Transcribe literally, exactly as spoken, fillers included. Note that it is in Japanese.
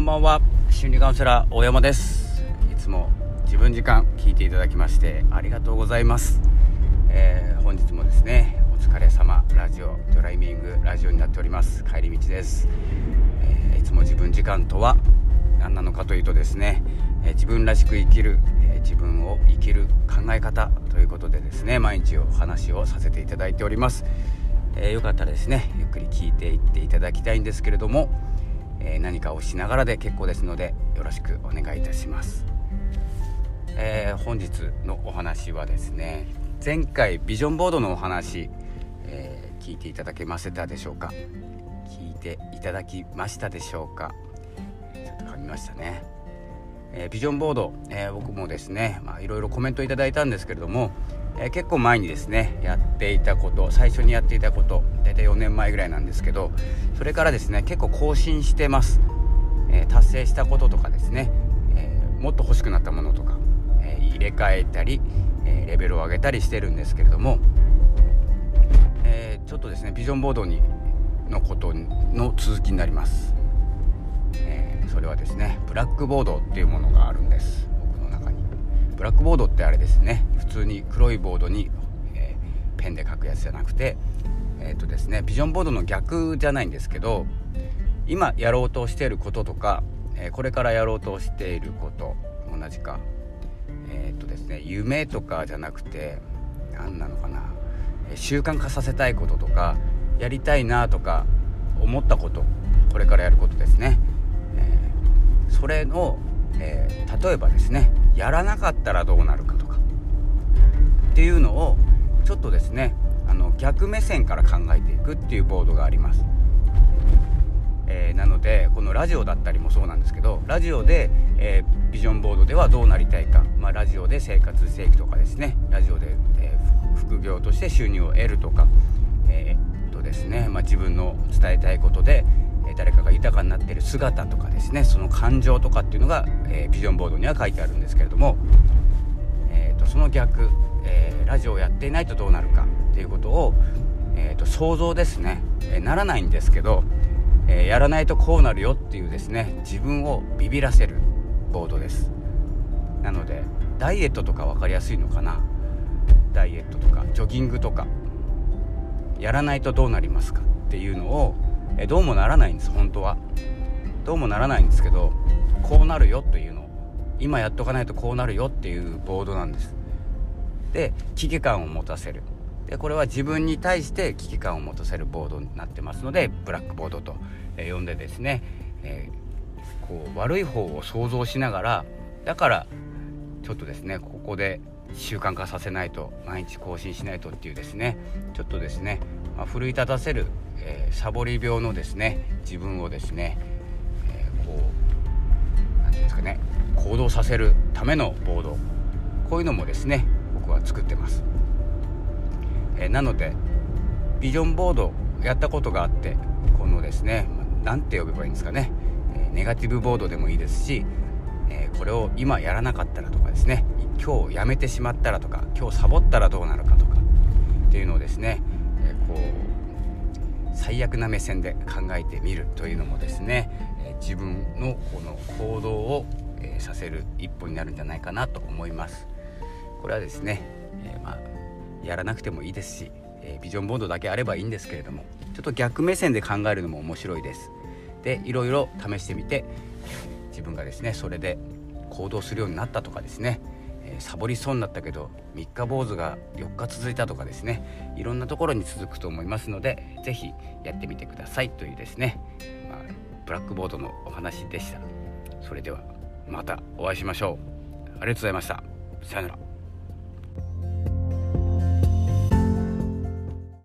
ばんは。心理カウンセラー大山です。いつも自分時間聞いていただきましてありがとうございます。えー、本日もですねお疲れ様ラジオドライビングラジオになっております。帰り道です。えー、いつも自分時間とは何なのかというとですね、えー、自分らしく生きる、えー、自分を生きる考え方ということでですね毎日お話をさせていただいております。えー、よかったらですねゆっくり聞いていっていただきたいんですけれども、えー、何かをしながらで結構ですのでよろしくお願いいたします。えー、本日のお話はですね前回ビジョンボードのお話、えー、聞いていただけましたでしょうか。聞いていただきましたでしょうか。ちょっと噛みましたね。えー、ビジョンボード、えー、僕もですねまあいろいろコメントいただいたんですけれども、えー、結構前にですねやっていたこと最初にやっていたことだいたいよねんまえぐらいなんですけど、それからですね結構更新してます。えー、達成したこととかですね、えー、もっと欲しくなったものとか、えー、入れ替えたり、えー、レベルを上げたりしてるんですけれども、えー、ちょっとですねビジョンボードにのことの続きになります。えー、それはですねブラックボードっていうものがあるんです。僕の中にブラックボードってあれですね普通に黒いボードに、えー、ペンで書くやつじゃなくて、えーとですね、ビジョンボードの逆じゃないんですけど、今やろうとしていることとか、えー、これからやろうとしていること同じか、えーとですね、夢とかじゃなくて何なのかな、えー、習慣化させたいこととかやりたいなとか思ったことこれからやることですね。えー、それの、えー、例えばですねやらなかったらどうなるかとかっていうのをちょっとですねあの逆目線から考えていくっていうボードがあります。えー、なのでこのラジオだったりもそうなんですけど、ラジオで、えー、ビジョンボードではどうなりたいか、まあ、ラジオで生活していくとかですねラジオで、えー、副業として収入を得るとか、えー、とですね、まあ、自分の伝えたいことで、えー、誰かが豊かになっている姿とかですねその感情とかっていうのが、えー、ビジョンボードには書いてあるんですけれども、えー、とその逆、えー、ラジオをやっていないとどうなるかっていうことを、えー、と想像ですね、えー、ならないんですけどえー、やらないとこうなるよっていうですね自分をビビらせるボードです。なのでダイエットとか分かりやすいのかな。ダイエットとかジョギングとかやらないとどうなりますかっていうのを、えー、どうもならないんです。本当はどうもならないんですけどこうなるよというのを今やっとかないとこうなるよっていうボードなんです。で危機感を持たせる。でこれは自分に対して危機感を持たせるボードになってますのでブラックボードと、えー、呼んでですね、えー、こう悪い方を想像しながらだからちょっとですねここで習慣化させないと毎日更新しないとっていうですねちょっとですね、まあ、奮い立たせる、えー、サボり病のですね自分をですね、えー、こうなんていうんですかね行動させるためのボードこういうのもですね僕は作ってます。えー、なのでビジョンボードやったことがあってこのですねなんて呼べばいいんですかね、えー、ネガティブボードでもいいですし、えー、これを今やらなかったらとかですね今日やめてしまったらとか今日サボったらどうなるかとかっていうのをですね、えー、こう最悪な目線で考えてみるというのもですね、えー、自分のこの行動を、えー、させる一歩になるんじゃないかなと思います。これはですね、えー、まあやらなくてもいいですし、えー、ビジョンボードだけあればいいんですけれどもちょっと逆目線で考えるのも面白いです。でいろいろ試してみて、えー、自分がですねそれで行動するようになったとかですね、えー、サボりそうになったけど三日坊主がよっか続いたとかですねいろんなところに続くと思いますのでぜひやってみてくださいというですね、まあ、ブラックボードのお話でした。それではまたお会いしましょう。ありがとうございました。さよなら。